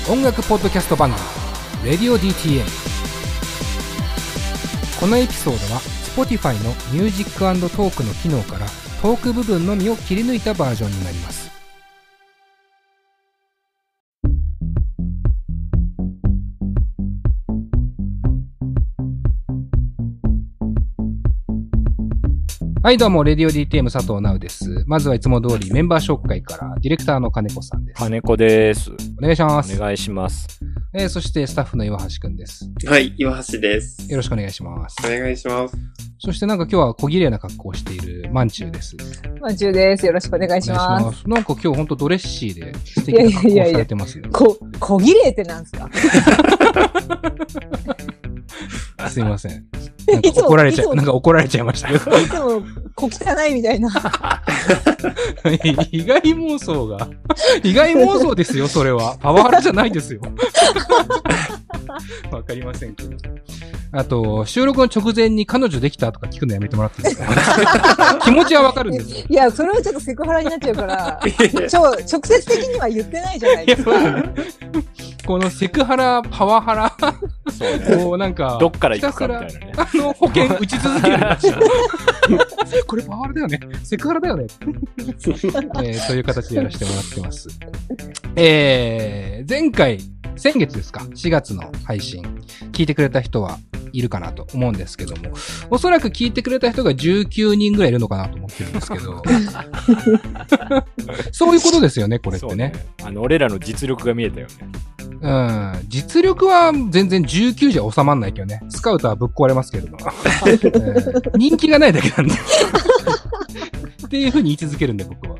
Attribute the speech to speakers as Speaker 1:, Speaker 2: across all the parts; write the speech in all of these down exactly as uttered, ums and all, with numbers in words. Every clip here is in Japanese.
Speaker 1: 音楽ポッドキャスト番組 Radio ディーティーエム。 このエピソードは Spotify のミュージック&トークの機能からトーク部分のみを切り抜いたバージョンになります。はいどうも、レディオ ディーティーエム 佐藤直です。まずはいつも通りメンバー紹介からディレクターの金子さんです。
Speaker 2: 金子です。
Speaker 1: お願いします。
Speaker 2: お願いします。
Speaker 1: えー、そしてスタッフの岩橋くんです。
Speaker 3: はい、岩橋です。
Speaker 1: よろしくお願いします。
Speaker 3: お願いします。
Speaker 1: そしてなんか今日は小綺麗な格好をしているまんちゅうです。
Speaker 4: まんちゅうです。よろしくお願いします。ます
Speaker 1: なんか今日ほんとドレッシーで素敵な格好をされてますよね。
Speaker 4: いやいやいやいや、こ、小綺麗ってなんですか
Speaker 1: すいません。なんか怒られちゃう、なんか怒られちゃいました。
Speaker 4: いつも小汚いみたいな。
Speaker 1: 意外妄想が。意外妄想ですよ、それは。パワハラじゃないですよ。わかりませんけど。あと、収録の直前に彼女できたとか聞くのやめてもらっていいですか？気持ちはわかるんですよ。
Speaker 4: いや、それはちょっとセクハラになっちゃうから、ちょ、直接的には言ってないじゃないですか。
Speaker 1: このセクハラ、パワハラ、
Speaker 2: そうね、
Speaker 1: こうなんか、
Speaker 2: どっから行くかみたいなね。
Speaker 1: あの、保険打ち続けるらしい。これパワハラだよね。セクハラだよね。えー、そういう形でやらせてもらってます。えー、前回、先月ですか、しがつの配信、聞いてくれた人はいるかなと思うんですけども、おそらく聞いてくれた人がじゅうきゅうにんぐらいいるのかなと思ってるんですけど、そういうことですよね、これってね。
Speaker 2: ね、あの、俺らの実力が見えたよね。
Speaker 1: うん、実力は全然じゅうきゅうじゃ収まんないけどね。スカウトはぶっ壊れますけれども。えー、人気がないだけなんで。っていう風に言い続けるんで、僕は。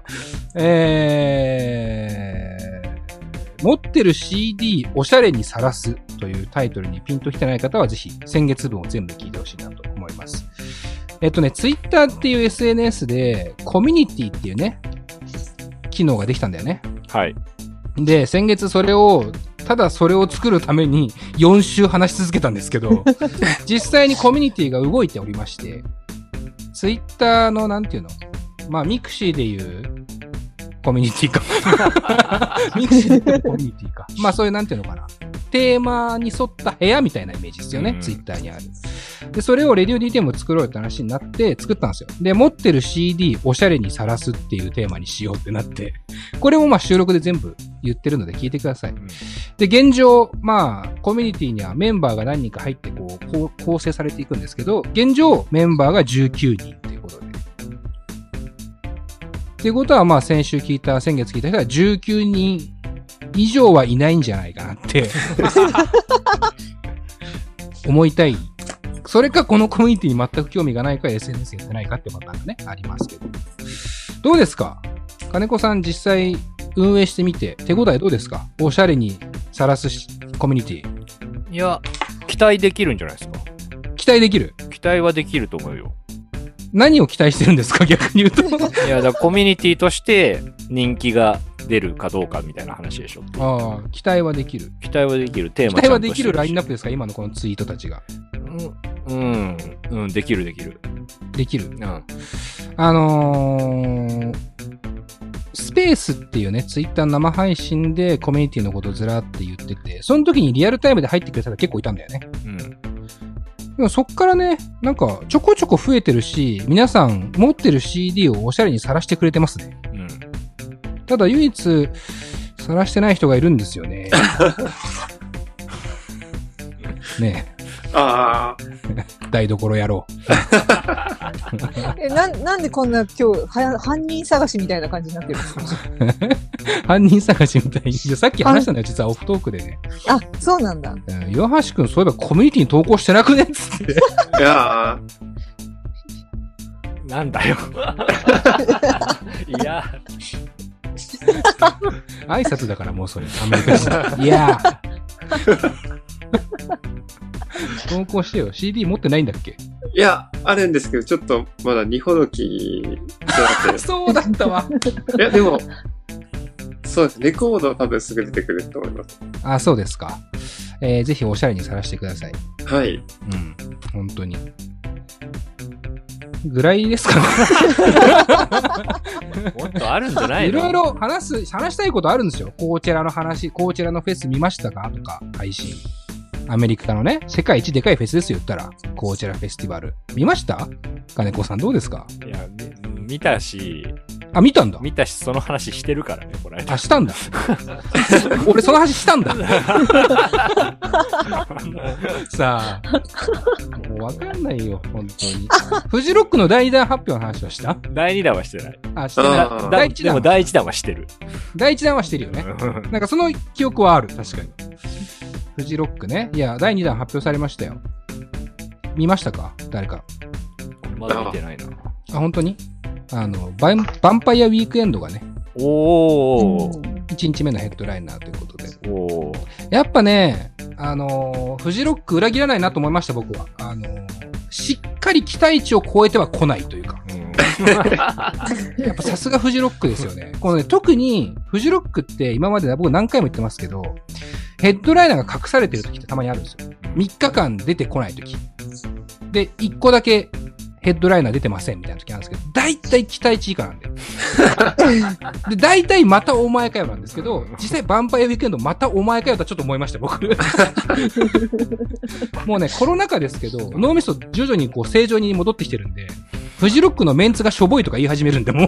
Speaker 1: えー、持ってる シーディー おしゃれにさらすというタイトルにピンときてない方はぜひ先月分を全部聞いてほしいなと思います。えっとね、Twitter っていう エスエヌエス でコミュニティっていうね、機能ができたんだよね。
Speaker 2: はい。
Speaker 1: で、先月それをただそれを作るためによん週話し続けたんですけど、実際にコミュニティが動いておりまして、ツイッターのなんていうの、まあミクシーでいうコミュニティか。ミクシーでいうコミュニティか。まあそういうなんていうのかな。テーマに沿った部屋みたいなイメージですよね、ツイッターにある。で、それをレディオ ディーティーエム を作ろうって話になって作ったんですよ。で、持ってる シーディー おしゃれにさらすっていうテーマにしようってなって、これもまあ収録で全部言ってるので聞いてください。で、現状、まあ、コミュニティにはメンバーが何人か入ってこう、こう構成されていくんですけど、現状メンバーがじゅうきゅうにんっていうことで。っていうことはまあ先週聞いた、先月聞いた人はじゅうきゅうにん以上はいないんじゃないかなって思いたい。それかこのコミュニティに全く興味がないか エスエヌエス やってないかってパターンがね、ありますけど。どうですか？金子さん実際運営してみて手応えどうですか？おしゃれにさらすコミュニティ。
Speaker 2: いや、期待できるんじゃないですか。
Speaker 1: 期待できる？期
Speaker 2: 待はできると思うよ。
Speaker 1: 何を期待してるんですか逆に言うと。
Speaker 2: いや、だからコミュニティとして人気が出るかどうかみたいな話でしょ。
Speaker 1: ああ、期待はできる。
Speaker 2: 期待はできる。テーマ
Speaker 1: 期待はできるラインナップですか今のこのツイートたちが。
Speaker 2: うん、うん、うん、できるできる。
Speaker 1: できる。
Speaker 2: うん。
Speaker 1: あのー、スペースっていうね、ツイッター生配信でコミュニティのことをずらって言ってて、その時にリアルタイムで入ってくれたら結構いたんだよね。うん。でもそっからね、なんかちょこちょこ増えてるし、皆さん持ってる シーディー をおしゃれにさらしてくれてますね。うん。ただ唯一さらしてない人がいるんですよね。ねえ。
Speaker 3: ああ。
Speaker 1: 台所やろう。
Speaker 4: え、な、なんでこんな今日は犯人探しみたいな感じになってるんですか？
Speaker 1: 犯人探しみたいに。さっき話したのよ、実はオフトークでね。
Speaker 4: あ、そうなんだ。
Speaker 1: うん、岩橋くんそういえばコミュニティに投稿してなくねっつって。
Speaker 3: いや
Speaker 2: ー。なんだよ。いや。
Speaker 1: 挨拶だからもうそれ、アメリカ人。いやー。投稿してよ。シーディー 持ってないんだっけ？
Speaker 3: いや、あるんですけど、ちょっとまだにほどきじゃなくて。
Speaker 1: そうだったわ。
Speaker 3: いや、でも、そうです。レコードは多分すぐ出てくると思います。
Speaker 1: あ、そうですか。えー、ぜひおしゃれにさらしてください。
Speaker 3: はい。
Speaker 1: うん。本当に。 ぐらいですかね。
Speaker 2: もっとあるんじゃないの？
Speaker 1: いろいろ話す、話したいことあるんですよ。コーチェラの話、コーチェラのフェス見ましたかとか、配信。アメリカのね、世界一でかいフェスですよ、言ったら。コーチェラフェスティバル。見ました金子さんどうですか？
Speaker 2: いや、み見たし、
Speaker 1: あ、見たんだ。
Speaker 2: 見たし、その話してるからね、この間。
Speaker 1: あ、したんだ。俺その話したんだ。さあ、もうわかんないよ、本当に。フジロックの第二弾発表の話はした？
Speaker 2: だいにだんはしてない。
Speaker 1: あ、してない。
Speaker 3: あ
Speaker 1: 第一弾。
Speaker 2: でもだいいちだんはしてる。
Speaker 1: 第一弾はしてるよね。なんかその記憶はある、確かに。フジロックね。いや、だいにだん発表されましたよ。見ましたか？誰か。
Speaker 2: まだ見てないな。
Speaker 1: あ、本当に？あの、バン、ヴァンパイアウィークエンドがね、
Speaker 2: おー。
Speaker 1: いちにちめのヘッドライナーということで。
Speaker 2: おー。
Speaker 1: やっぱね、あのー、フジロック裏切らないなと思いました、僕は。あのー、しっかり期待値を超えては来ないというか。やっぱさすがフジロックですよね。このね、特に、フジロックって今まで僕何回も言ってますけど、ヘッドライナーが隠されてる時ってたまにあるんですよ。みっかかん出てこない時。で、いっこだけヘッドライナー出てませんみたいな時あるんですけど、大体期待値以下なんで。で、大体またお前かよなんですけど、実際ヴァンパイアウィークエンドまたお前かよとはちょっと思いました、僕。もうね、コロナ禍ですけど、脳みそ徐々にこう正常に戻ってきてるんで、フジロックのメンツがしょぼいとか言い始めるんで、もう。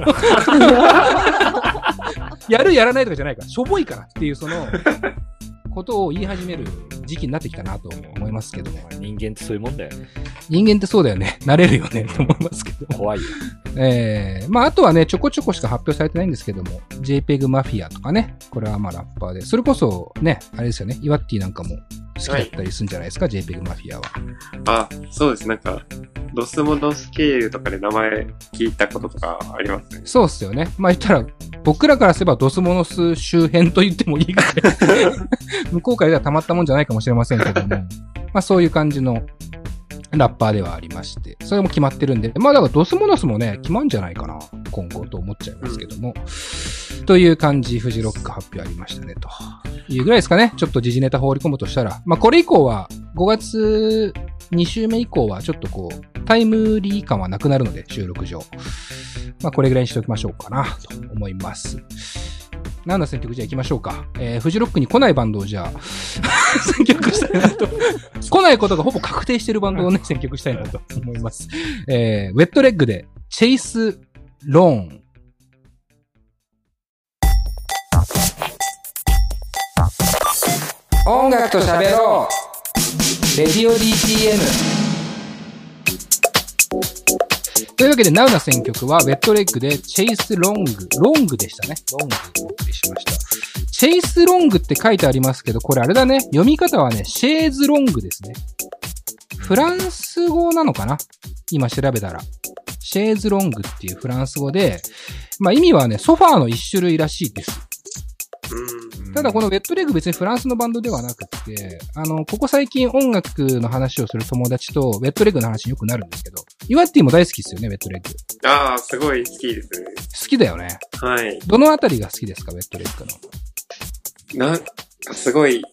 Speaker 1: やるやらないとかじゃないから、しょぼいからっていうその、ことを言い始める時期になってきたなと思いますけども。
Speaker 2: 人間ってそういうもんだよね。
Speaker 1: 人間ってそうだよね。なれるよね、と思いますけど。
Speaker 2: 怖いよ。
Speaker 1: えー、まああとはね、ちょこちょこしか発表されてないんですけども、JPEG マフィアとかね、これはまあラッパーで、それこそね、あれですよね、イワッティなんかも好きだったりするんじゃないですか、はい、JPEG マフィアは。
Speaker 3: あ、そうです。なんか、ドスモノスケールとかで名前聞いたこととかありますね。
Speaker 1: そうっすよね。まあ言ったら、僕らからすればドスモノス周辺と言ってもいいぐらい、向こうからではたまったもんじゃないかもしれませんけども、まあそういう感じのラッパーではありまして、それも決まってるんで、まあだからドスモノスもね、決まんじゃないかな、今後と思っちゃいますけども、うん、という感じ、フジロック発表ありましたね、というぐらいですかね。ちょっと時事ネタ放り込むとしたら、まあこれ以降は、ごがつに週目以降はちょっとこう、タイムリー感はなくなるので、収録上。まあこれぐらいにしておきましょうかな、と思います。何の選曲じゃあ行きましょうか。えー、フジロックに来ないバンドをじゃあ、選曲したいなと。来ないことがほぼ確定してるバンドをね、選曲したいなと思います。えー、ウェットレッグで、チェイス・ローン。音楽と喋ろう。レディオ ディーティーエヌ。というわけで、ナウな選曲は、ウェットレッグで、チェイスロング。ロングでしたね。ロングお送りしました。チェイスロングって書いてありますけど、これあれだね。読み方はね、シェーズロングですね。フランス語なのかな？今調べたら。シェーズロングっていうフランス語で、まあ意味はね、ソファーの一種類らしいです。ただこのウェットレッグ別にフランスのバンドではなくて、あの、ここ最近音楽の話をする友達とウェットレッグの話によくなるんですけど、イワッティも大好きですよね、ウェットレッグ。
Speaker 3: ああ、すごい好きですね。
Speaker 1: 好きだよね。
Speaker 3: はい。
Speaker 1: どのあたりが好きですか、ウェットレッグの。
Speaker 3: なんかすごい、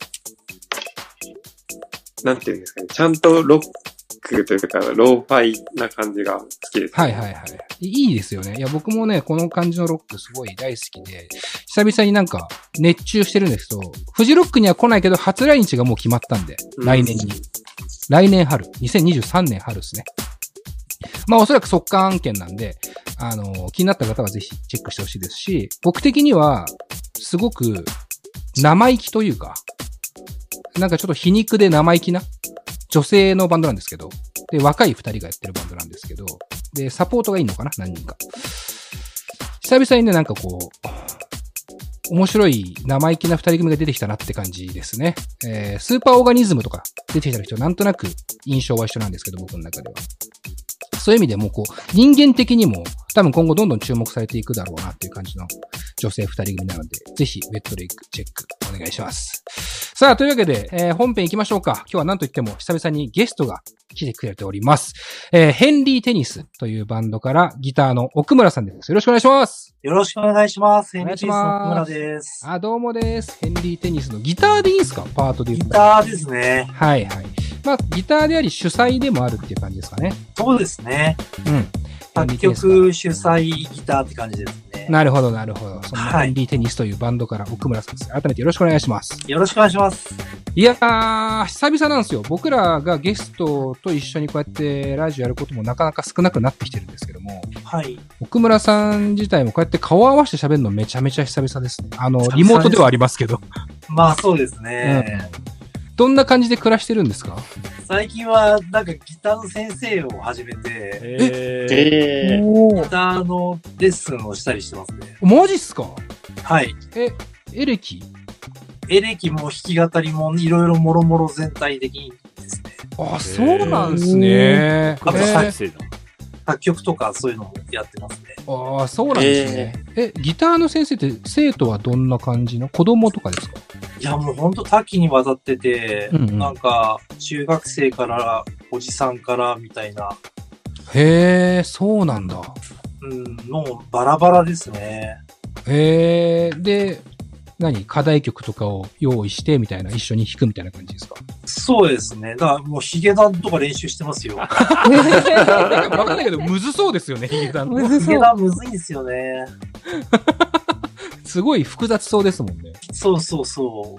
Speaker 3: なんていうんですかね、ちゃんとロックというか、ローファイな感じが好きです、ね。
Speaker 1: はいはいはい。いいですよね。いや、僕もね、この感じのロックすごい大好きで、久々になんか熱中してるんですけど、フジロックには来ないけど、初来日がもう決まったんで、うん、来年に。来年春、にせんにじゅうさんねん春ですね。まあおそらく速乾案件なんで、あの、気になった方はぜひチェックしてほしいですし、僕的には、すごく生意気というか、なんかちょっと皮肉で生意気な女性のバンドなんですけど、で、若い二人がやってるバンドなんですけど、で、サポートがいいのかな？何人か。久々にね、なんかこう、面白い生意気な二人組が出てきたなって感じですね。えー、スーパーオーガニズムとか出てきた人はなんとなく印象は一緒なんですけど、僕の中では。そういう意味でもこう、人間的にも多分今後どんどん注目されていくだろうなっていう感じの女性二人組なので、ぜひウェットレッグチェックお願いします。さあ、というわけで、えー、本編行きましょうか。今日は何と言っても久々にゲストが来てくれております。えー、ヘンリーテニスというバンドからギターの奥村さんです。よろしくお願いします。
Speaker 5: よろしくお願いします。ヘンリーテニスの奥村です。
Speaker 1: あ、どうもです。ヘンリーテニスのギターでいいですか？パートで言った
Speaker 5: ら。ギターですね。
Speaker 1: はいはい。まあ、ギターであり主催でもあるっていう感じですかね。
Speaker 5: そうですね。
Speaker 1: うん。
Speaker 5: 作曲、主催、ギターって感じですね。
Speaker 1: なるほど、なるほど。そんなヘンリーテニスというバンドから奥村さんです。改めてよろしくお願いします。
Speaker 5: よろしくお願いします。
Speaker 1: いやー、久々なんですよ。僕らがゲストと一緒にこうやってラジオやることもなかなか少なくなってきてるんですけども。
Speaker 5: はい。
Speaker 1: 奥村さん自体もこうやって顔を合わせて喋るのめちゃめちゃ久々ですね。あの、リモートではありますけど。
Speaker 5: まあそうですね、
Speaker 1: うん。どんな感じで暮らしてるんですか？
Speaker 5: 最近はなんかギターの先生を始めて、
Speaker 2: え
Speaker 3: え
Speaker 5: ー、ギターのレッスンをしたりしてますね。
Speaker 1: マジっすか？
Speaker 5: はい。
Speaker 1: え、エレキ？
Speaker 5: エレキも弾き語りもいろいろもろもろ全体的にですね。
Speaker 1: あ、そうなんですね。
Speaker 5: あと
Speaker 2: 先生だ。
Speaker 5: 作曲とかそういうのもやってますね。
Speaker 1: ああ、そうなんですね。えー、ギターの先生って生徒はどんな感じの子供とかですか？
Speaker 5: いや、もうほんと多岐にわたってて、
Speaker 1: うんうん、
Speaker 5: なんか中学生からおじさんからみたいな。
Speaker 1: へえ、そうなんだ。
Speaker 5: うん、もうバラバラですね。
Speaker 1: へえ、で、何課題曲とかを用意してみたいな、一緒に弾くみたいな感じですか？
Speaker 5: そうですね。だからもうヒゲダンとか練習してますよ。わ
Speaker 1: かんないけど、むずそうですよね、ヒゲダン。
Speaker 4: むずそう。
Speaker 5: ヒゲダンむずいんですよね。
Speaker 1: すごい複雑そうですもんね。
Speaker 5: そうそうそう。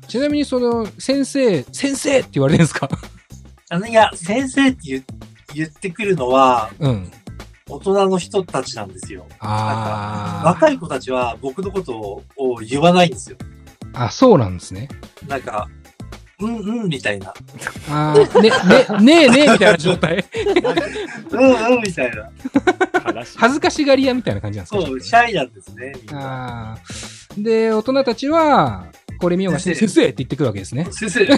Speaker 1: ちなみにその、先生、先生って言われるんですか？あ
Speaker 5: の、いや、先生って言、言ってくるのは、
Speaker 1: うん。
Speaker 5: 大人の人たちなんですよ。
Speaker 1: あ
Speaker 5: あ。若い子たちは僕のことを言わないんですよ。
Speaker 1: あ、そうなんですね。
Speaker 5: なんか、うんうんみたいな。
Speaker 1: ああ、ね、ね、ねえねえみたいな状態。
Speaker 5: うんうんみたいな。
Speaker 1: 恥ずかしがり屋みたいな感じなんですか？
Speaker 5: そう、シャイなんですね。みん
Speaker 1: な。あで、大人たちは、これ見ようがして、先生って言ってくるわけですね。
Speaker 5: 先生。い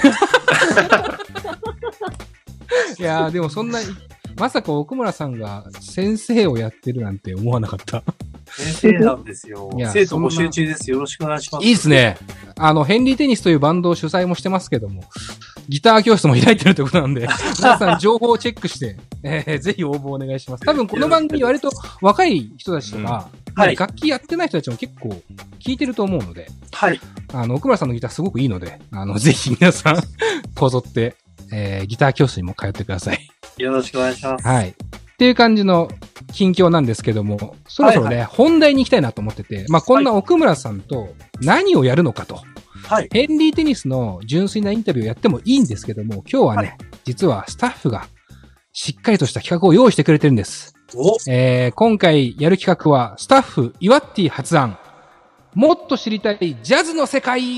Speaker 1: やー、でもそんな、まさか奥村さんが先生をやってるなんて思わなかった。
Speaker 5: 先生なんですよ。生徒募集中です。よろしくお願いします。
Speaker 1: いいですね。あの、ヘンリーテニスというバンドを主催もしてますけども、ギター教室も開いてるということなんで、皆さん情報をチェックして、えー、ぜひ応募お願いします。多分この番組割と若い人たちとか、うんはい、楽器やってない人たちも結構聞いてると思うので、
Speaker 5: はい。
Speaker 1: あの、奥村さんのギターすごくいいので、あの、ぜひ皆さん、こぞって、えー、ギター教室にも通ってください。
Speaker 5: よろしくお願いします。
Speaker 1: はい。っていう感じの近況なんですけども、そろそろね、はいはい、本題に行きたいなと思ってて、まあ、こんな奥村さんと何をやるのかと。はい。ヘンリーテニスの純粋なインタビューをやってもいいんですけども、今日はね、はい、実はスタッフがしっかりとした企画を用意してくれてるんです。
Speaker 5: お
Speaker 1: えー、今回やる企画は、スタッフ、イワッティ発案。もっと知りたいジャズの世界。お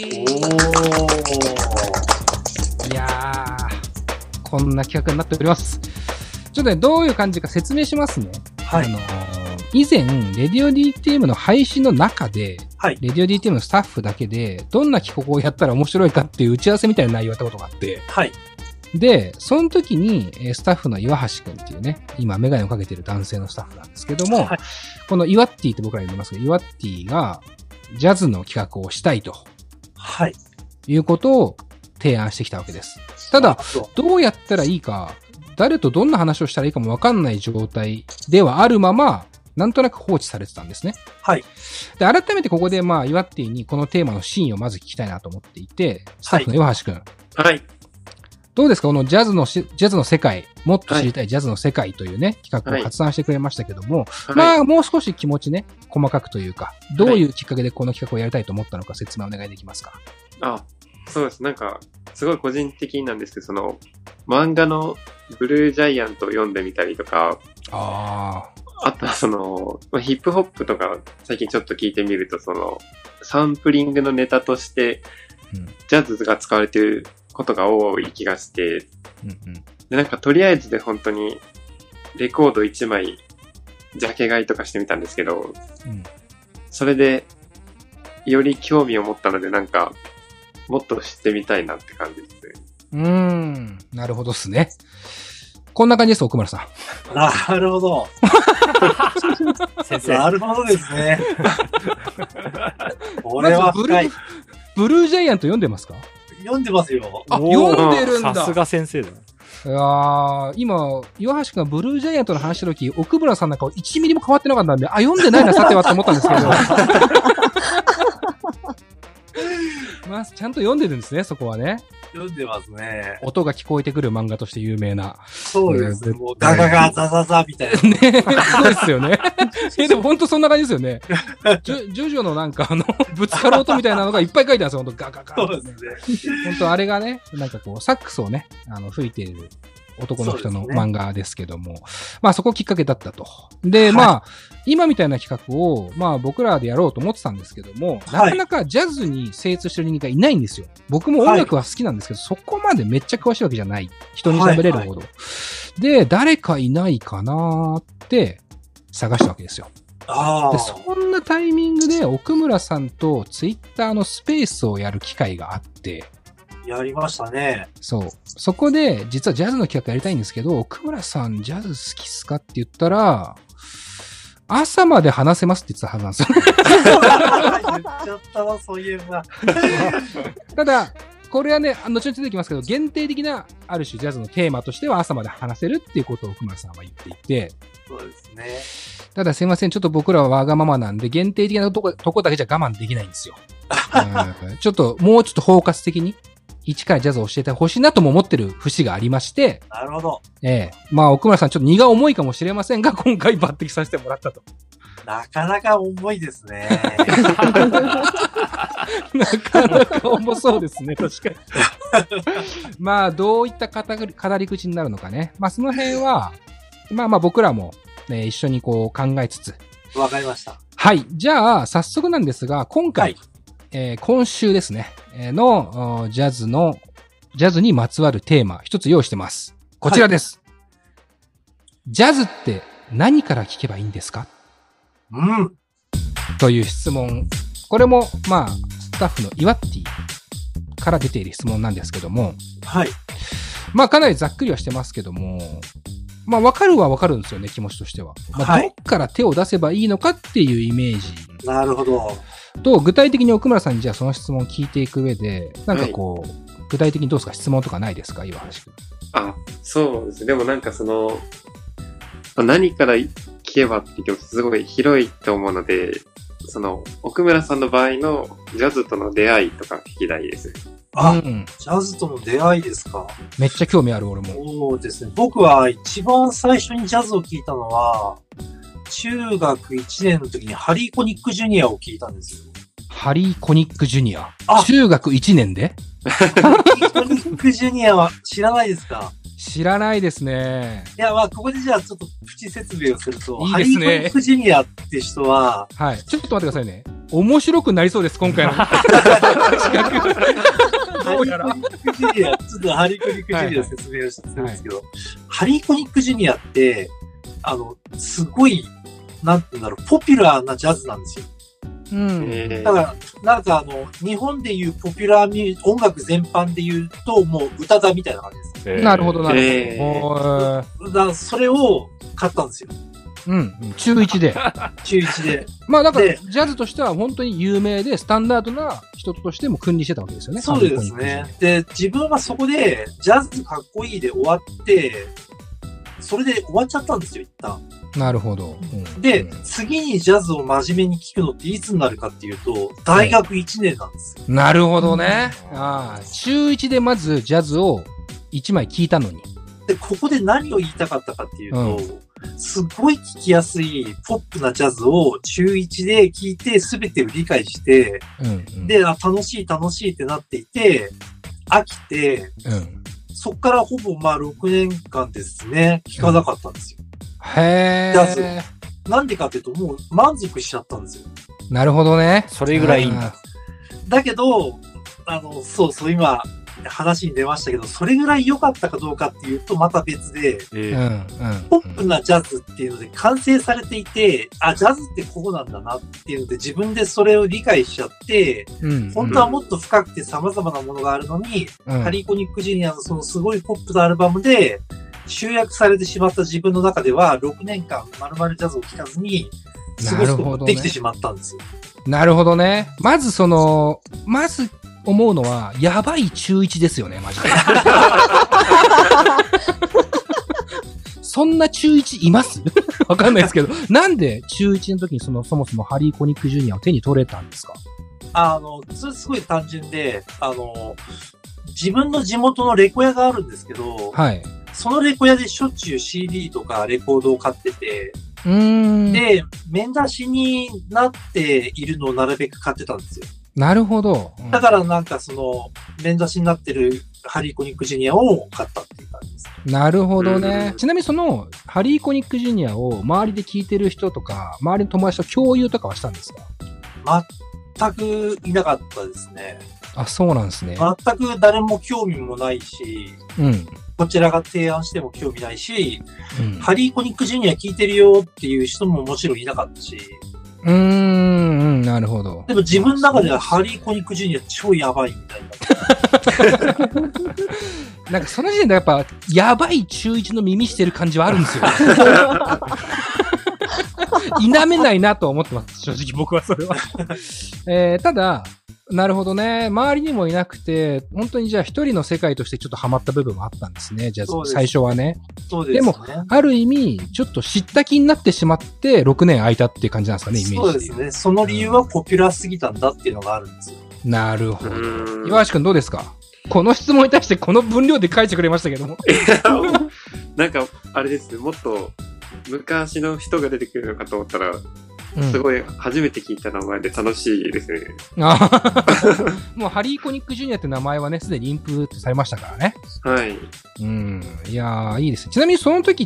Speaker 1: ー。いやー、こんな企画になっております。ちょっとね、どういう感じか説明しますね。
Speaker 5: はい。
Speaker 1: あのー、以前、レディオ ディーティーエム の配信の中で、はい。レディオ ディーティーエム のスタッフだけで、どんな企画をやったら面白いかっていう打ち合わせみたいな内容をやったことがあって、
Speaker 5: はい。
Speaker 1: で、その時に、スタッフの岩橋くんっていうね、今メガネをかけてる男性のスタッフなんですけども、はい、このイワッティって僕ら言いますけど、イワッティがジャズの企画をしたいと。
Speaker 5: はい。
Speaker 1: いうことを提案してきたわけです。ただ、どうやったらいいか、誰とどんな話をしたらいいかもわかんない状態ではあるまま、なんとなく放置されてたんですね。
Speaker 5: はい。
Speaker 1: で、改めてここで、まあ、イワッティにこのテーマの真意をまず聞きたいなと思っていて、スタッフの岩橋くん。
Speaker 3: はい。
Speaker 1: どうですかこのジャズのし、ジャズの世界、もっと知りたいジャズの世界というね、企画を発案してくれましたけども、はい、まあ、もう少し気持ちね、細かくというか、どういうきっかけでこの企画をやりたいと思ったのか説明お願いできますか？
Speaker 3: あ、そうです。なんか、すごい個人的なんですけど、その、漫画のブルージャイアントを読んでみたりとか、
Speaker 1: あ
Speaker 3: あとはその、ヒップホップとか最近ちょっと聞いてみると、その、サンプリングのネタとして、ジャズが使われていることが多い気がして、
Speaker 1: うんうん、
Speaker 3: で、なんかとりあえずで本当にレコードいちまいジャケ買いとかしてみたんですけど、
Speaker 1: うん、
Speaker 3: それでより興味を持ったので、なんかもっと知ってみたいなって感じですね。
Speaker 1: うーん、なるほどっすね。こんな感じです、奥村さ
Speaker 5: ん。なるほど。先生。なるほどですね。これは深い。
Speaker 1: ブルージャイアント読んでますか？
Speaker 5: 読んでますよ。
Speaker 1: あ、読んでるんだ。
Speaker 2: さすが先生だ。
Speaker 1: いやー、今、岩橋くんがブルージャイアントの話したとき、奥村さんなんかいちミリも変わってなかったんで、あ、読んでないな、さてはって思ったんですけど。 まあ、ちゃんと読んでるんですね、そこはね。
Speaker 5: 読んでますね。
Speaker 1: 音が聞こえてくる漫画として有名な。
Speaker 5: そうですね。
Speaker 1: ね
Speaker 5: もうガガガザザザみたいな。
Speaker 1: ねそうですよね。え、でも本当そんな感じですよね。ジョジョジョのなんかあの、ぶつかる音みたいなのがいっぱい書いてあるんですよ、本当ガガガ。
Speaker 5: そうですね。
Speaker 1: 本当あれがね、なんかこう、サックスをね、あの、吹いている男の人の漫画ですけども、ね、まあそこきっかけだったと。で、はい、まあ、今みたいな企画を、まあ僕らでやろうと思ってたんですけども、はい、なかなかジャズに精通してる人間がいないんですよ。僕も音楽は好きなんですけど、はい、そこまでめっちゃ詳しいわけじゃない。人に喋れるほど。はいはい、で、誰かいないかなーって探したわけですよ。
Speaker 5: あ
Speaker 1: でそんなタイミングで奥村さんとツイッターのスペースをやる機会があって、
Speaker 5: やりましたね。
Speaker 1: そう。そこで、実はジャズの企画やりたいんですけど、奥村さんジャズ好きっすかって言ったら、朝まで話せますって言ってたはずなんですよ。
Speaker 5: 言っちゃったわ、そういえば。
Speaker 1: ただ、これはね、後々出てきますけど、限定的な、ある種ジャズのテーマとしては朝まで話せるっていうことを奥村さんは言っていて。
Speaker 5: そうですね。
Speaker 1: ただすいません、ちょっと僕らはわがままなんで、限定的なとこ、とこだけじゃ我慢できないんですよ。うん、ちょっと、もうちょっと包括的に。一からジャズを教えてほしいなとも思ってる節がありまして。
Speaker 5: なるほど。
Speaker 1: ええ。まあ、奥村さんちょっと荷が重いかもしれませんが、今回抜擢させてもらったと。
Speaker 5: なかなか重いですね。
Speaker 1: なかなか重そうですね、確かに。まあ、どういった語り口になるのかね。まあ、その辺は、まあまあ僕らも、ね、一緒にこう考えつつ。
Speaker 5: わかりました。
Speaker 1: はい。じゃあ、早速なんですが、今回、はいえー、今週ですね、えー、のジャズの、ジャズにまつわるテーマ、一つ用意してます。こちらです。はい、ジャズって何から聞けばいいんですか？
Speaker 5: うん。
Speaker 1: という質問。これも、まあ、スタッフのイワッティから出ている質問なんですけども。
Speaker 5: はい。
Speaker 1: まあ、かなりざっくりはしてますけども、まあ、わかるはわかるんですよね、気持ちとしては。まあ、はい、どっから手を出せばいいのかっていうイメージ。
Speaker 5: なるほど。
Speaker 1: と、具体的に奥村さんにじゃあその質問を聞いていく上で、なんかこう、はい、具体的にどうですか？質問とかないですか？岩橋君。
Speaker 3: あ、そうですね。でもなんかその、何から聞けばって言ってもすごい広いと思うので、その、奥村さんの場合のジャズとの出会いとか聞きたいです。
Speaker 5: あ、うん、ジャズとの出会いですか？
Speaker 1: めっちゃ興味ある、俺も。
Speaker 5: そうですね。僕は一番最初にジャズを聞いたのは、中学いちねんの時にハリー・コニック・ジュニアを聞いたんですよ。
Speaker 1: ハリー・コニック・ジュニア。中学いちねんで
Speaker 5: ハリー・コニック・ジュニアは知らないですか？
Speaker 1: 知らないですね。
Speaker 5: いや、まあ、ここでじゃあちょっとプチ説明をすると、
Speaker 1: いいですね、
Speaker 5: ハリー・コニック・ジュニアって人は、
Speaker 1: はい。ちょっと待ってくださいね。面白くなりそうです、今回の。
Speaker 5: ハリー・コニック・ジュニア、ちょっとハリー・コニック・ジュニアの説明をするんですけど、はいはい、ハリー・コニック・ジュニアって、あの、すごい、なんていうんだろう、ポピュラーなジャズなんですよ。
Speaker 1: うん。
Speaker 5: だから、なんかあの、日本でいうポピュラーミュー音楽全般で言うと、もう歌だみたいな感じです。
Speaker 1: えー、なるほど、なるほど。え
Speaker 5: ー、だそれを買ったんですよ。
Speaker 1: うん。中いちで。
Speaker 5: 中いちで。
Speaker 1: まあ、だから、ジャズとしては本当に有名で、スタンダードな人としても君臨してたわけですよね。
Speaker 5: そうですね。で、自分はそこで、ジャズかっこいいで終わって、それで終わっちゃったんですよ、一旦。
Speaker 1: なるほど。
Speaker 5: うん、で、うん、次にジャズを真面目に聴くのっていつになるかっていうと、大学いちねんなんですよ。
Speaker 1: なるほどね。うん、ああ、中いちでまずジャズをいちまい聴いたのに。
Speaker 5: で、ここで何を言いたかったかっていうと、うん、すごい聴きやすいポップなジャズを中いちで聴いて全てを理解して、うんうん、であ、楽しい楽しいってなっていて、飽きて、うん、そっからほぼまあろくねんかんですね、聴かなかったんですよ。
Speaker 1: へー。
Speaker 5: ジャズ。なんでかっていうと、もう満足しちゃったんですよ。
Speaker 1: なるほどね。
Speaker 2: それぐらいいいんだ。
Speaker 5: だけど、あの、そうそう、今、話に出ましたけど、それぐらい良かったかどうかっていうと、また別で、えー、ポップなジャズっていうので完成されていて、あ、ジャズってこうなんだなっていうので、自分でそれを理解しちゃって、うん、本当はもっと深くて様々なものがあるのに、うん、ハリー・コニック・ジュニアのそのすごいポップなアルバムで、集約されてしまった自分の中では、ろくねんかん丸々ジャズを聴かずに、過ごすことができてしまったんですよ。
Speaker 1: なるほどね。まずその、まず思うのは、やばい中いちですよね、マジで。そんな中いちいますわかんないですけど、なんで中いちの時にその、そもそもハリー・コニック・ジュニアを手に取れたんですか？
Speaker 5: あの、それすごい単純で、あの、自分の地元のレコ屋があるんですけど、
Speaker 1: はい。
Speaker 5: そのレコ屋でしょっちゅう シーディー とかレコードを買ってて、
Speaker 1: うーん。
Speaker 5: で、面出しになっているのをなるべく買ってたんですよ。
Speaker 1: なるほど。うん、
Speaker 5: だからなんかその、面出しになってるハリーコニックジュニアを買ったっていう感じです。
Speaker 1: なるほどね。ちなみにその、ハリーコニックジュニアを周りで聞いてる人とか、周りの友達と共有とかはしたんですか？
Speaker 5: 全くいなかったですね。
Speaker 1: あ、そうなんですね。
Speaker 5: 全く誰も興味もないし、
Speaker 1: うん。
Speaker 5: こちらが提案しても興味ないし、
Speaker 1: うん、
Speaker 5: ハリーコニックジュニア聞いてるよっていう人ももちろんいなかったし。
Speaker 1: うーん、なるほど。
Speaker 5: でも自分の中ではハリーコニックジュニア超やばいみたいな。
Speaker 1: なんかその時点でやっぱ、やばい中いちの耳してる感じはあるんですよ。否めないなと思ってます、正直僕はそれは。えー、ただ、なるほどね。周りにもいなくて、本当にじゃあ一人の世界としてちょっとハマった部分もあったんですね。じゃあ最初はね。
Speaker 5: そうですね。でも、
Speaker 1: ある意味、ちょっと知った気になってしまって、ろくねん空いたっていう感じなんですかね、イメージ。
Speaker 5: そうですね。その理由はポピュラーすぎたんだっていうのがあるんですよ。
Speaker 1: なるほど。岩橋くんどうですか？この質問に対してこの分量で書いてくれましたけども。
Speaker 3: なんか、あれですね、もっと昔の人が出てくるのかと思ったら、すごい初めて聞いた名前で楽しいですね。
Speaker 1: もうハリーコニックジュニアって名前はね、すでにインプットされましたからね。
Speaker 3: はい。
Speaker 1: うん。いやー、いいですね。ちなみにその時って、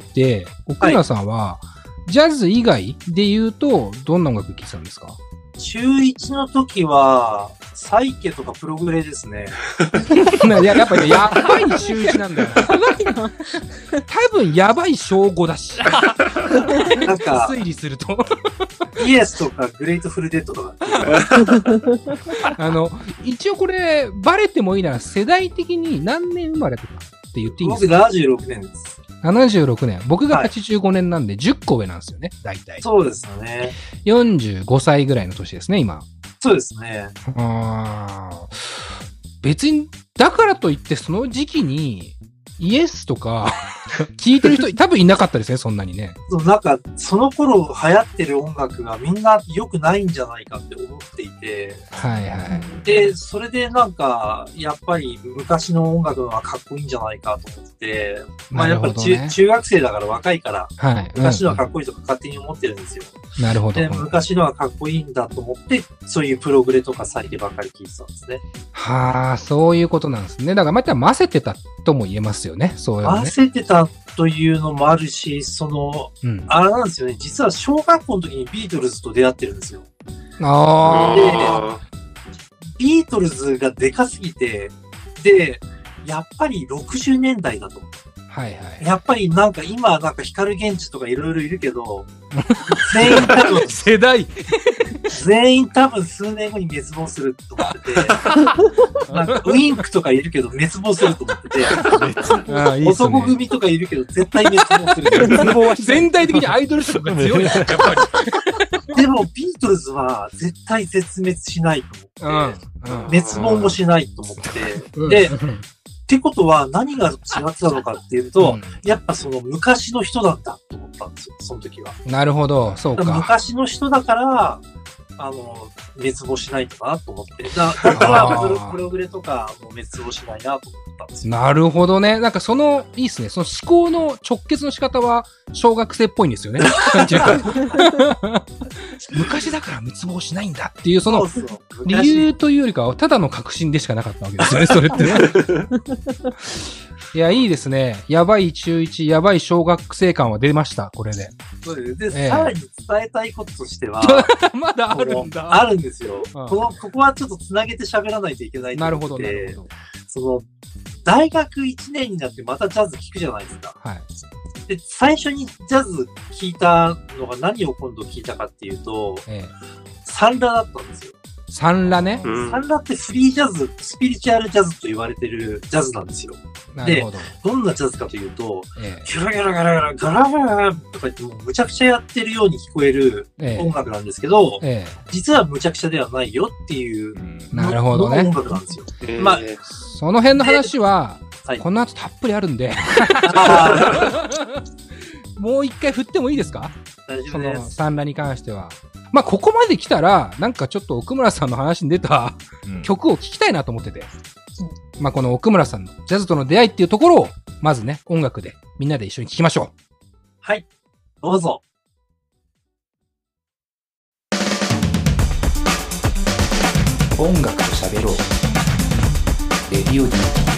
Speaker 1: 奥村さんは、はい、ジャズ以外で言うと、どんな音楽聴いてたんですか？
Speaker 5: 中いちの時は、サイケとかプログレですね。
Speaker 1: いや、やっぱり、やばい中いちなんだよ。やばいな。多分やばい小ごだし。なんか、推理すると。
Speaker 5: イエスとかグレートフルデッドとか。
Speaker 1: あの、一応これ、バレてもいいなら世代的に何年生まれとかって言っていいんですか？
Speaker 5: 僕ななじゅうろくねんです。
Speaker 1: ななじゅうろくねん。僕がはちじゅうごねんなんでじゅっこ上なんですよね、大体。
Speaker 5: そうですよね。
Speaker 1: よんじゅうごさいぐらいの年ですね、今。
Speaker 5: そうですね。
Speaker 1: あ別に、だからといってその時期に、イエスとか、聞いてる人多分いなかったですね、そんなにね。
Speaker 5: そう、なんか、その頃流行ってる音楽がみんな良くないんじゃないかって思っていて。
Speaker 1: はいはい。
Speaker 5: で、それでなんか、やっぱり昔の音楽の方がかっこいいんじゃないかと思って、まあやっぱり 中,、ね、中学生だから若いから、はい、昔のはかっこいいとか勝手に思ってるんですよ。
Speaker 1: なるほど。
Speaker 5: で、昔のはかっこいいんだと思って、そういうプログレとかサイケばっかり聞いてたんですね。
Speaker 1: はあ、そういうことなんですね。だからまた混ぜてたとも言えますよね、そういうのね。
Speaker 5: 混ぜてたというのもあるし、その、うん、あれなんですよね、実は小学校の時にビートルズと出会ってるんですよ。
Speaker 1: あ
Speaker 5: あ。で、ビートルズがでかすぎて、で、やっぱりろくじゅうねんだいだと。
Speaker 1: はいはい。
Speaker 5: やっぱりなんか今なんか光源氏とかいろいろいるけど、全員多分、
Speaker 1: 世代
Speaker 5: 全員多分数年後に滅亡すると思ってて、なんかウインクとかいるけど滅亡すると思ってて、ああいいね、男組とかいるけど絶対滅亡する。滅亡は
Speaker 1: 全体的にアイドル色が強いやっぱ
Speaker 5: り。でもビートルズは絶対絶滅しないと思って、うんうん、滅亡もしないと思って、うん、で、ってことは何が違ってたのかっていうと、うん、やっぱその昔の人だったと思ったんですよ、その時は。
Speaker 1: なるほど、そうか。
Speaker 5: 昔の人だから、あの、滅亡しないのかなと思って。だだからプロ、プログレとかも滅亡しないなと思ったんですよ。
Speaker 1: なるほどね。なんかその、いいっすね。その思考の直結の仕方は小学生っぽいんですよね。昔だから滅亡しないんだっていう、その理由というよりかはただの確信でしかなかったわけですよね、それってね。いや、いいですね。やばい中いち、やばい小学生感は出ました、これで。
Speaker 5: そうです。で、えー、さらに伝えたいこととしては、
Speaker 1: まだあるんだ。
Speaker 5: あるんですよ。うん、この、ここはちょっと繋げて喋らないといけないと思って。なるほど、なるほど。その、大学いちねんになってまたジャズ聴くじゃないですか。はい。で、最初にジャズ聴いたのが何を今度聴いたかっていうと、ええ、サンラだったんですよ。
Speaker 1: サンラね、
Speaker 5: うん、サンラってフリージャズ、スピリチュアルジャズと言われてるジャズなんですよ。
Speaker 1: なるほど。
Speaker 5: で、どんなジャズかというと、ええ、ギャラギャラギャラギャラ、ガラガラとか言ってもうむちゃくちゃやってるように聞こえる音楽なんですけど、ええ、実はむちゃくちゃではないよっていう、うん、
Speaker 1: なるほどね。
Speaker 5: 音楽なんですよ。えー、まあ、
Speaker 1: その辺の話は、はい、この後たっぷりあるんで。もう一回振ってもいいですか？ その産卵に関しては。まあ、ここまで来たら、なんかちょっと奥村さんの話に出た、うん、曲を聴きたいなと思ってて。うん、まあ、この奥村さんのジャズとの出会いっていうところを、まずね、音楽でみんなで一緒に聴きましょう。
Speaker 5: はい。どうぞ。
Speaker 1: 音楽と喋ろう。レディオ ディーティー。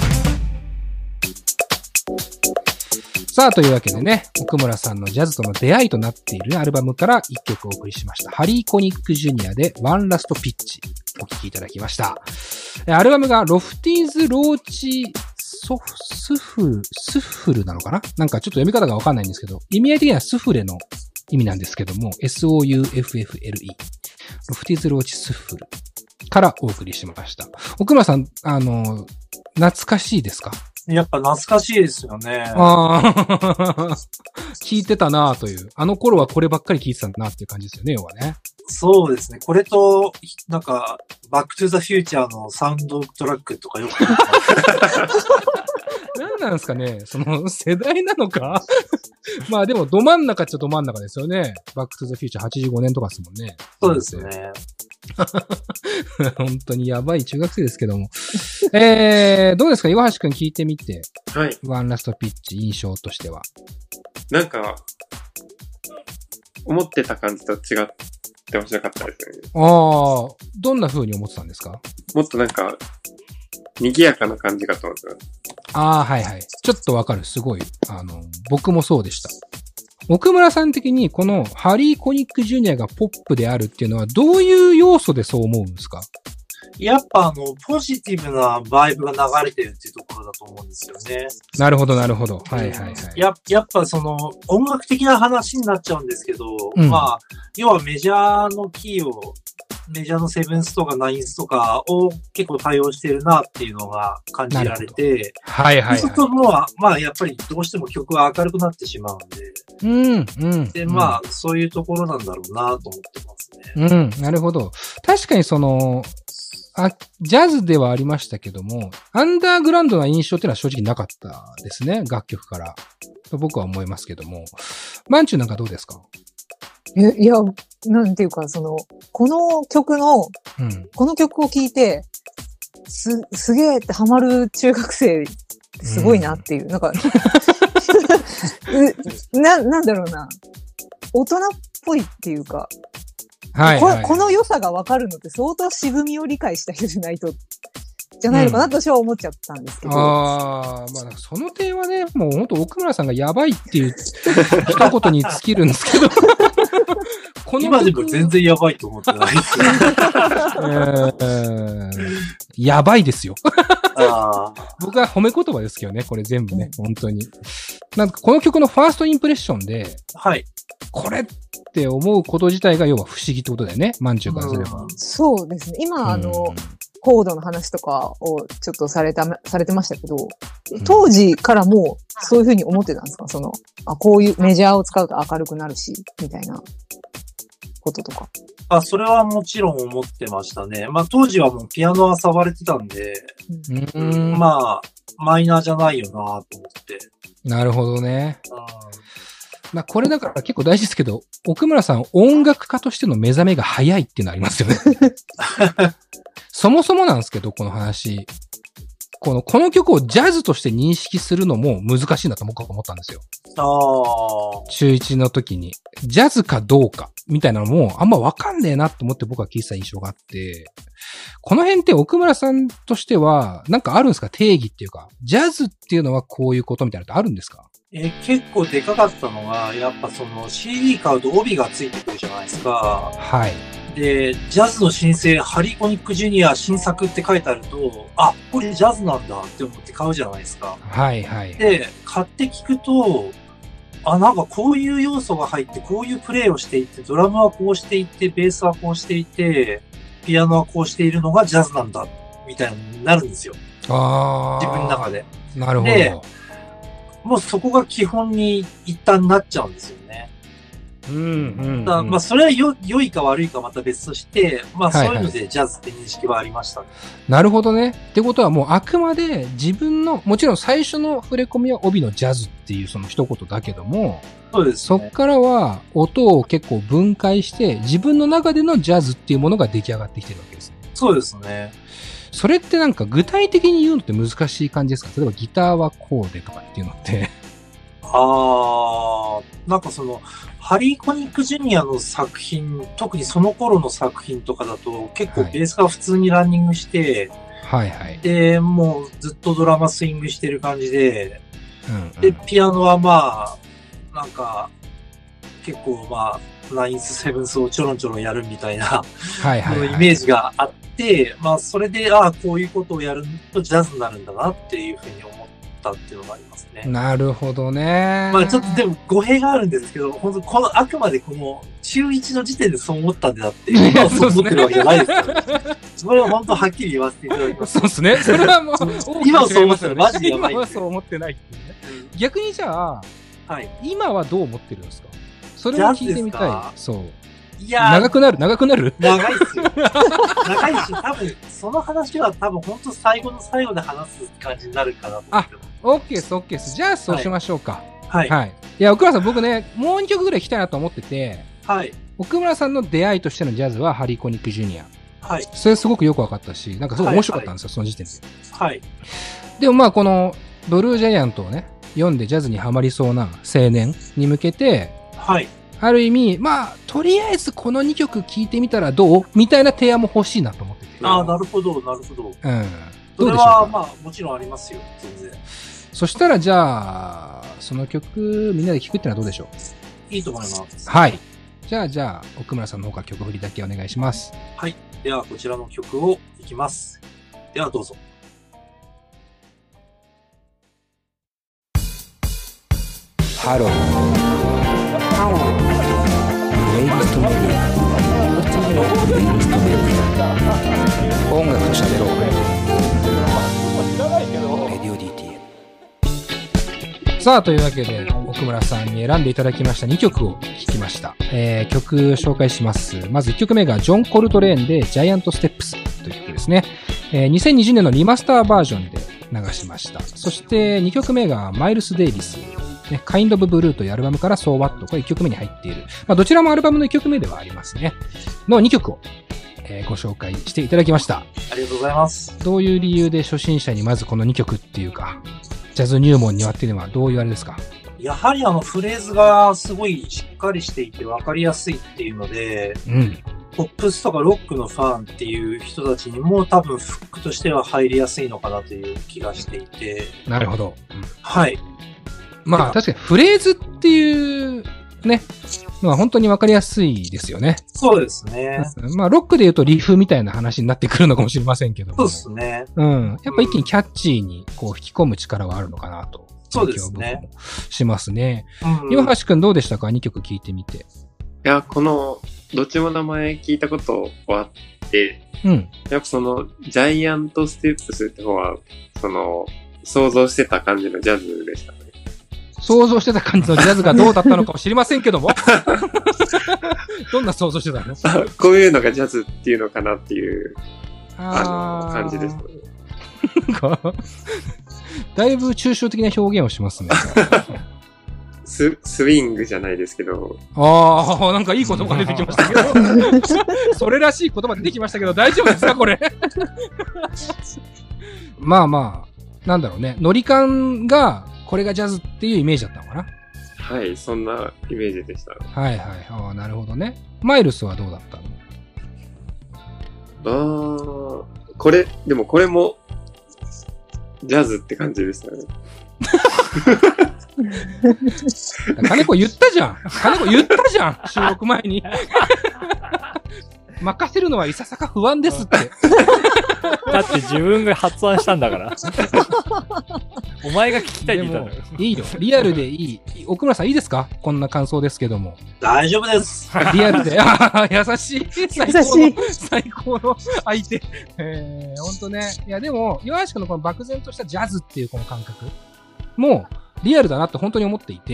Speaker 1: さあ、というわけでね、奥村さんのジャズとの出会いとなっているアルバムから一曲お送りしました。ハリー・コニック・ジュニアでワンラスト・ピッチお聴きいただきました。アルバムがロフティーズ・ローチ・ソフ、スフル、スフルなのかななんかちょっと読み方がわかんないんですけど、意味合い的にはスフレの意味なんですけども、エスオーユーエフエフエルイー。ロフティーズ・ローチ・スフルからお送りしました。奥村さん、あの、懐かしいですか？
Speaker 5: やっぱ懐かしいですよね。
Speaker 1: ああ、聞いてたなぁという。あの頃はこればっかり聞いてたなっていう感じですよね、要はね。
Speaker 5: そうですね。これと、なんか、バックトゥザフューチャーのサウンドトラックとかよく
Speaker 1: 何なんですかね、その世代なのかまあでもど真ん中っちゃど真ん中ですよね。バックトゥザフューチャーはちじゅうごねんとかですもんね。
Speaker 5: そうですね。
Speaker 1: 本当にやばい中学生ですけども。えー、どうですか岩橋くん聞いてみて。
Speaker 3: はい。
Speaker 1: ワンラストピッチ印象としては。
Speaker 3: なんか、思ってた感じと違って面白かったですよね。
Speaker 1: ああ、どんな風に思ってたんですか？
Speaker 3: もっとなんか、賑やかな感じかと思ってます。
Speaker 1: ああ、はいはい。ちょっとわかる。すごい。あの、僕もそうでした。奥村さん的にこのハリー・コニック・ジュニアがポップであるっていうのはどういう要素でそう思うんですか？
Speaker 5: やっぱあの、ポジティブなバイブが流れてるっていうところだと思うんですよね。
Speaker 1: なるほど、なるほど。はいはいはい。
Speaker 5: や、やっぱその、音楽的な話になっちゃうんですけど、うん、まあ、要はメジャーのキーを、メジャーのセブンスとかナインスとかを結構対応してるなっていうのが感じられて、
Speaker 1: はいはいはい。
Speaker 5: そうするともう、まあやっぱりどうしても曲は明るくなってしまうんで、
Speaker 1: うん、うん。
Speaker 5: で、まあ、うん、そういうところなんだろうなと思ってます
Speaker 1: ね。うん、なるほど。確かにその、あ、ジャズではありましたけども、アンダーグラウンドな印象っていうのは正直なかったですね、楽曲から。と僕は思いますけども。マンチュなんかどうですか？
Speaker 4: え、いや、なんていうか、その、この曲の、うん、この曲を聴いて、す、すげーってハマる中学生、すごいなっていう、うん、なんかな、なんだろうな。大人っぽいっていうか、はいはいはい、こ, この良さがわかるのって相当渋みを理解した人じゃないと、じゃないのかなと私は思っちゃったんですけど。
Speaker 1: うん、ああ、まあその点はね、もう本当奥村さんがやばいっていう一言に尽きるんですけど。
Speaker 5: この今でも全然やばいと思ってないですよ、
Speaker 1: えー。やばいですよ。
Speaker 5: あ
Speaker 1: 僕は褒め言葉ですけどね、これ全部ね、うん、本当に。なんかこの曲のファーストインプレッションで、
Speaker 5: はい。
Speaker 1: これって思うこと自体が要は不思議ってことだよね、まんちゅうからすれば。
Speaker 4: うん、そうですね。今、あの、うん、コードの話とかをちょっとされた、されてましたけど、当時からもうそういうふうに思ってたんですか？その、あ、こういうメジャーを使うと明るくなるし、みたいなこととか。
Speaker 5: あ、それはもちろん思ってましたね。まあ当時はもうピアノは触れてたんで、うん、まあ、マイナーじゃないよなと思って。
Speaker 1: なるほどね。まあこれだから結構大事ですけど、奥村さん音楽家としての目覚めが早いっていうのありますよね。そもそもなんですけど、この話。この、この曲をジャズとして認識するのも難しいなと僕は思ったんですよ。
Speaker 5: ああ。
Speaker 1: 中いちの時に。ジャズかどうか、みたいなのもあんまわかんねえなと思って僕は聞いてた印象があって、この辺って奥村さんとしては、なんかあるんですか？定義っていうか。ジャズっていうのはこういうことみたいなのってあるんですか？
Speaker 5: え、結構でかかったのが、やっぱその シーディー 買うと帯がついてくるじゃないですか。
Speaker 1: はい。
Speaker 5: で、ジャズの新星、ハリー・コニック・ジュニア新作って書いてあると、あ、これジャズなんだって思って買うじゃないですか。
Speaker 1: はいはい。
Speaker 5: で、買って聞くと、あ、なんかこういう要素が入って、こういうプレイをしていて、ドラムはこうしていて、ベースはこうしていて、ピアノはこうしているのがジャズなんだ、みたいになるんですよ。
Speaker 1: ああ。
Speaker 5: 自分の中で。
Speaker 1: なるほど。
Speaker 5: で、もうそこが基本に一旦なっちゃうんですよね。
Speaker 1: うんうんうん、
Speaker 5: だまあ、それはよ良いか悪いかまた別として、まあ、そういうのでジャズって認識はありましたね。はいはい、
Speaker 1: なるほどね。ってことはもうあくまで自分の、もちろん最初の触れ込みは帯のジャズっていうその一言だけども、
Speaker 5: そうですね。
Speaker 1: そっからは音を結構分解して自分の中でのジャズっていうものが出来上がってきてるわけですね。
Speaker 5: そうですね。
Speaker 1: それってなんか具体的に言うのって難しい感じですか？例えばギターはこうでとかっていうのって。
Speaker 5: あー、なんかその、ハリー・コニック・ジュニアの作品、特にその頃の作品とかだと結構ベースが普通にランニングして、
Speaker 1: はいはい。
Speaker 5: で、もうずっとドラマスイングしてる感じで、
Speaker 1: うんうん、
Speaker 5: で、ピアノはまあ、なんか、結構まあ、ナインス、セブンスをちょろんちょろんやるみたいな、はいはいはい、イメージがあって、まあ、それで、ああ、こういうことをやるとジャズになるんだなっていうふうに思ったっていうのがありますね。
Speaker 1: なるほどね。
Speaker 5: まあ、ちょっとでも語弊があるんですけど、本当この、あくまでこの、中いちの時点でそう思ったんであって、今はそう思ってるわけじゃないですからね。それは本当はっきり言わせていただきます。
Speaker 1: そうですね。それはもう、
Speaker 5: 今はそう思ってる。マジでやばい。
Speaker 1: 今はそう思ってないっていうね。逆にじゃあ、
Speaker 5: はい、
Speaker 1: 今はどう思ってるんですか？それを聞いてみたい。そう。
Speaker 5: いや
Speaker 1: 長くなる長くなる
Speaker 5: 長いっすよ。長いし、多分、その話は多分本当最後の最後で話す感じになるかなと思ってます。
Speaker 1: あ、OK です、OK です。じゃあそうしましょうか。
Speaker 5: はい。はい。
Speaker 1: いや、奥村さん僕ね、もうにきょくぐらい聞きたいなと思ってて、
Speaker 5: はい。
Speaker 1: 奥村さんの出会いとしてのジャズはハリー・コニック・ジュニア。
Speaker 5: はい。
Speaker 1: それすごくよく分かったし、なんかすごく面白かったんですよ、はいはい、その時点で。
Speaker 5: はい。
Speaker 1: でもまあこの、ブルージャイアントをね、読んでジャズにハマりそうな青年に向けて、
Speaker 5: はい。
Speaker 1: ある意味、まあ、とりあえずこのにきょく聴いてみたらどうみたいな提案も欲しいなと思ってて。
Speaker 5: ああ、なるほど、なるほど。
Speaker 1: うん。どうでしょうか？
Speaker 5: それは、まあ、もちろんありますよ、全然。
Speaker 1: そしたら、じゃあ、その曲、みんなで聴くってのはどうでしょ
Speaker 5: う？いいと思います。
Speaker 1: はい。じゃあ、じゃあ、奥村さんの方から曲振りだけお願いします。
Speaker 5: はい。では、こちらの曲をいきます。では、どうぞ。
Speaker 1: ハロー。ハロー。ウェイブストメディア。ウェイブストメディア。音楽と喋ろう。レディオ ディーティーエム。さあ、というわけで、奥村さんに選んでいただきましたにきょくを聴きました。えー、曲紹介します。まずいっきょくめがジョン・コルトレーンでジャイアント・ステップスという曲ですね。えー、にせんにじゅうねんのリマスターバージョンで流しました。そしてにきょくめがマイルス・デイビス。ね、Kind of Blue というアルバムから So What これいっきょくめに入っている。まあ、どちらもアルバムのいっきょくめではありますね。のにきょくを、えー、ご紹介していただきました。
Speaker 5: ありがとうございます。
Speaker 1: どういう理由で初心者にまずこのにきょくっていうか、ジャズ入門にはっていうのはどういうあれですか？
Speaker 5: やはりあのフレーズがすごいしっかりしていて分かりやすいっていうので、
Speaker 1: うん、
Speaker 5: ポップスとかロックのファンっていう人たちにも多分フックとしては入りやすいのかなという気がしていて。
Speaker 1: なるほど。
Speaker 5: うん、はい。
Speaker 1: まあ確かにフレーズっていうね、のは本当に分かりやすいですよね。
Speaker 5: そうですね。
Speaker 1: まあロックで言うとリフみたいな話になってくるのかもしれませんけども。
Speaker 5: そうですね。
Speaker 1: うん。やっぱ一気にキャッチーにこう引き込む力はあるのかなと。
Speaker 5: そうですね。
Speaker 1: しますね。岩橋くんどうでしたか？にきょく聴いてみて。
Speaker 3: いや、この、どっちも名前聞いたことはあって、
Speaker 1: うん。
Speaker 3: やっぱその、ジャイアントステップスって方は、その、想像してた感じのジャズでしたね。
Speaker 1: 想像してた感じのジャズがどうだったのかも知りませんけども。どんな想像してたの？
Speaker 3: こういうのがジャズっていうのかなっていう、
Speaker 1: あ,
Speaker 3: あの、感じですね。
Speaker 1: だいぶ抽象的な表現をしますね。
Speaker 3: ス, スイングじゃないですけど。
Speaker 1: ああ、なんかいい言葉出てきましたけど。それらしい言葉出てきましたけど、大丈夫ですかこれ。まあまあ、なんだろうね。ノリ感が、これがジャズっていうイメージだったのかな。
Speaker 3: はい、そんなイメージでした。
Speaker 1: はいはい。ああ、なるほどね。マイルスはどうだった
Speaker 3: の？ああ、これ、でもこれも、ジャズって感じでしたね。
Speaker 1: 金子言ったじゃん金子言ったじゃん収録前に。任せるのはいささか不安ですって。
Speaker 2: だって自分が発案したんだから。お前が聞きたいって言ったんだよ。
Speaker 1: いいよ。リアルでいい。奥村さんいいですか？こんな感想ですけども。
Speaker 5: 大丈夫です。
Speaker 1: リアルで。あ優しい。最高の、最高の相手。えー、ほんとね。いやでも、岩橋君のこの漠然としたジャズっていうこの感覚もリアルだなって本当に思っていて、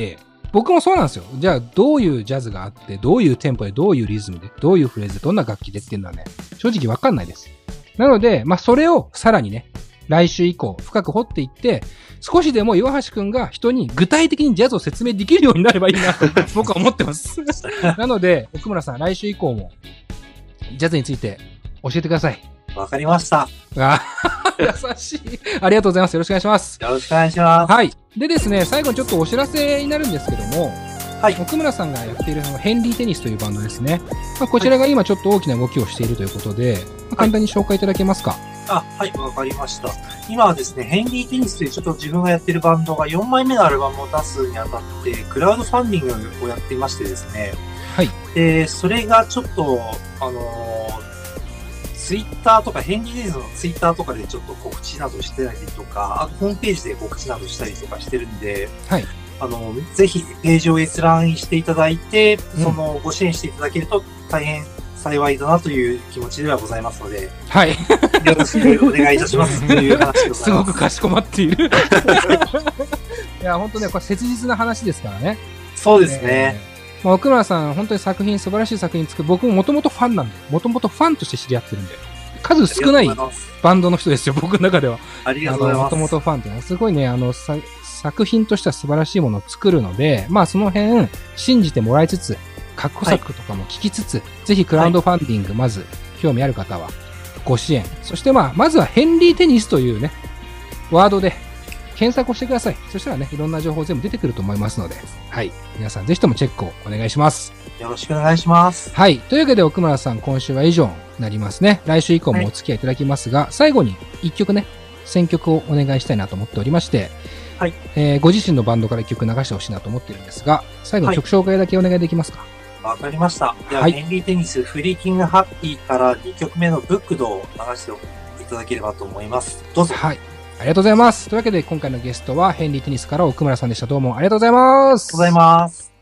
Speaker 1: 僕もそうなんですよ。じゃあ、どういうジャズがあって、どういうテンポで、どういうリズムで、どういうフレーズで、どんな楽器でっていうのはね、正直わかんないです。なので、まあ、それをさらにね、来週以降、深く掘っていって、少しでも岩橋くんが人に具体的にジャズを説明できるようになればいいなと、僕は思ってます。なので、奥村さん、来週以降も、ジャズについて教えてください。
Speaker 5: わかりました。
Speaker 1: あ優しい。ありがとうございます。よろしくお願いします。
Speaker 5: よろしくお願いします。
Speaker 1: はい。でですね、最後にちょっとお知らせになるんですけども、はい。奥村さんがやっているヘンリーテニスというバンドですね。まあ、こちらが今ちょっと大きな動きをしているということで、まあ、簡単に紹介いただけますか。
Speaker 5: あ、はい、わかりました。今はですね、ヘンリーテニスというちょっと自分がやってるバンドがよんまいめのアルバムを出すにあたって、クラウドファンディングをやっていましてですね。
Speaker 1: はい。
Speaker 5: で、それがちょっと、あのー、ツイッターとか、ヘンリーテニスのツイッターとかでちょっと告知などしてたりとか、ホームページで告知などしたりとかしてるんで、
Speaker 1: はい。
Speaker 5: あの、ぜひページを閲覧していただいて、うん、そのご支援していただけると大変幸いだなという気持ちではございますので、
Speaker 1: はい。
Speaker 5: よろしくお願いいたしますという話でございます。
Speaker 1: すごくかしこまっている。いや、本当ね、これ切実な話ですからね。
Speaker 5: そうですね。
Speaker 1: えー、まあ、奥村さん、本当に作品、素晴らしい作品作る。僕ももともとファンなんで、もともとファンとして知り合ってるんで、数少ないバンドの人ですよ、僕の中では。
Speaker 5: ありがとうございます。
Speaker 1: もともとファンっていうのは、すごいね、あの、さ作品としては素晴らしいものを作るので、まあその辺信じてもらいつつ、過去作とかも聞きつつ、はい、ぜひクラウドファンディング、まず興味ある方はご支援。そしてまあ、まずはヘンリーテニスというね、ワードで検索をしてください。そしたらね、いろんな情報全部出てくると思いますので、はい。皆さんぜひともチェックをお願いします。
Speaker 5: よろしくお願いします。
Speaker 1: はい。というわけで奥村さん、今週は以上になりますね。来週以降もお付き合いいただきますが、はい、最後に一曲ね、選曲をお願いしたいなと思っておりまして、はい。えー、ご自身のバンドから一曲流してほしいなと思っているんですが、最後に曲紹介だけお願いできますか？
Speaker 5: わ、はい、かりました。では、はい、ヘンリーテニスフリーキングハッピーからにきょくめのブックドを流していただければと思います。どうぞ。
Speaker 1: はい。ありがとうございます。というわけで今回のゲストはヘンリーテニスから奥村さんでした。どうもありがとうございます。
Speaker 5: ありがとうございます。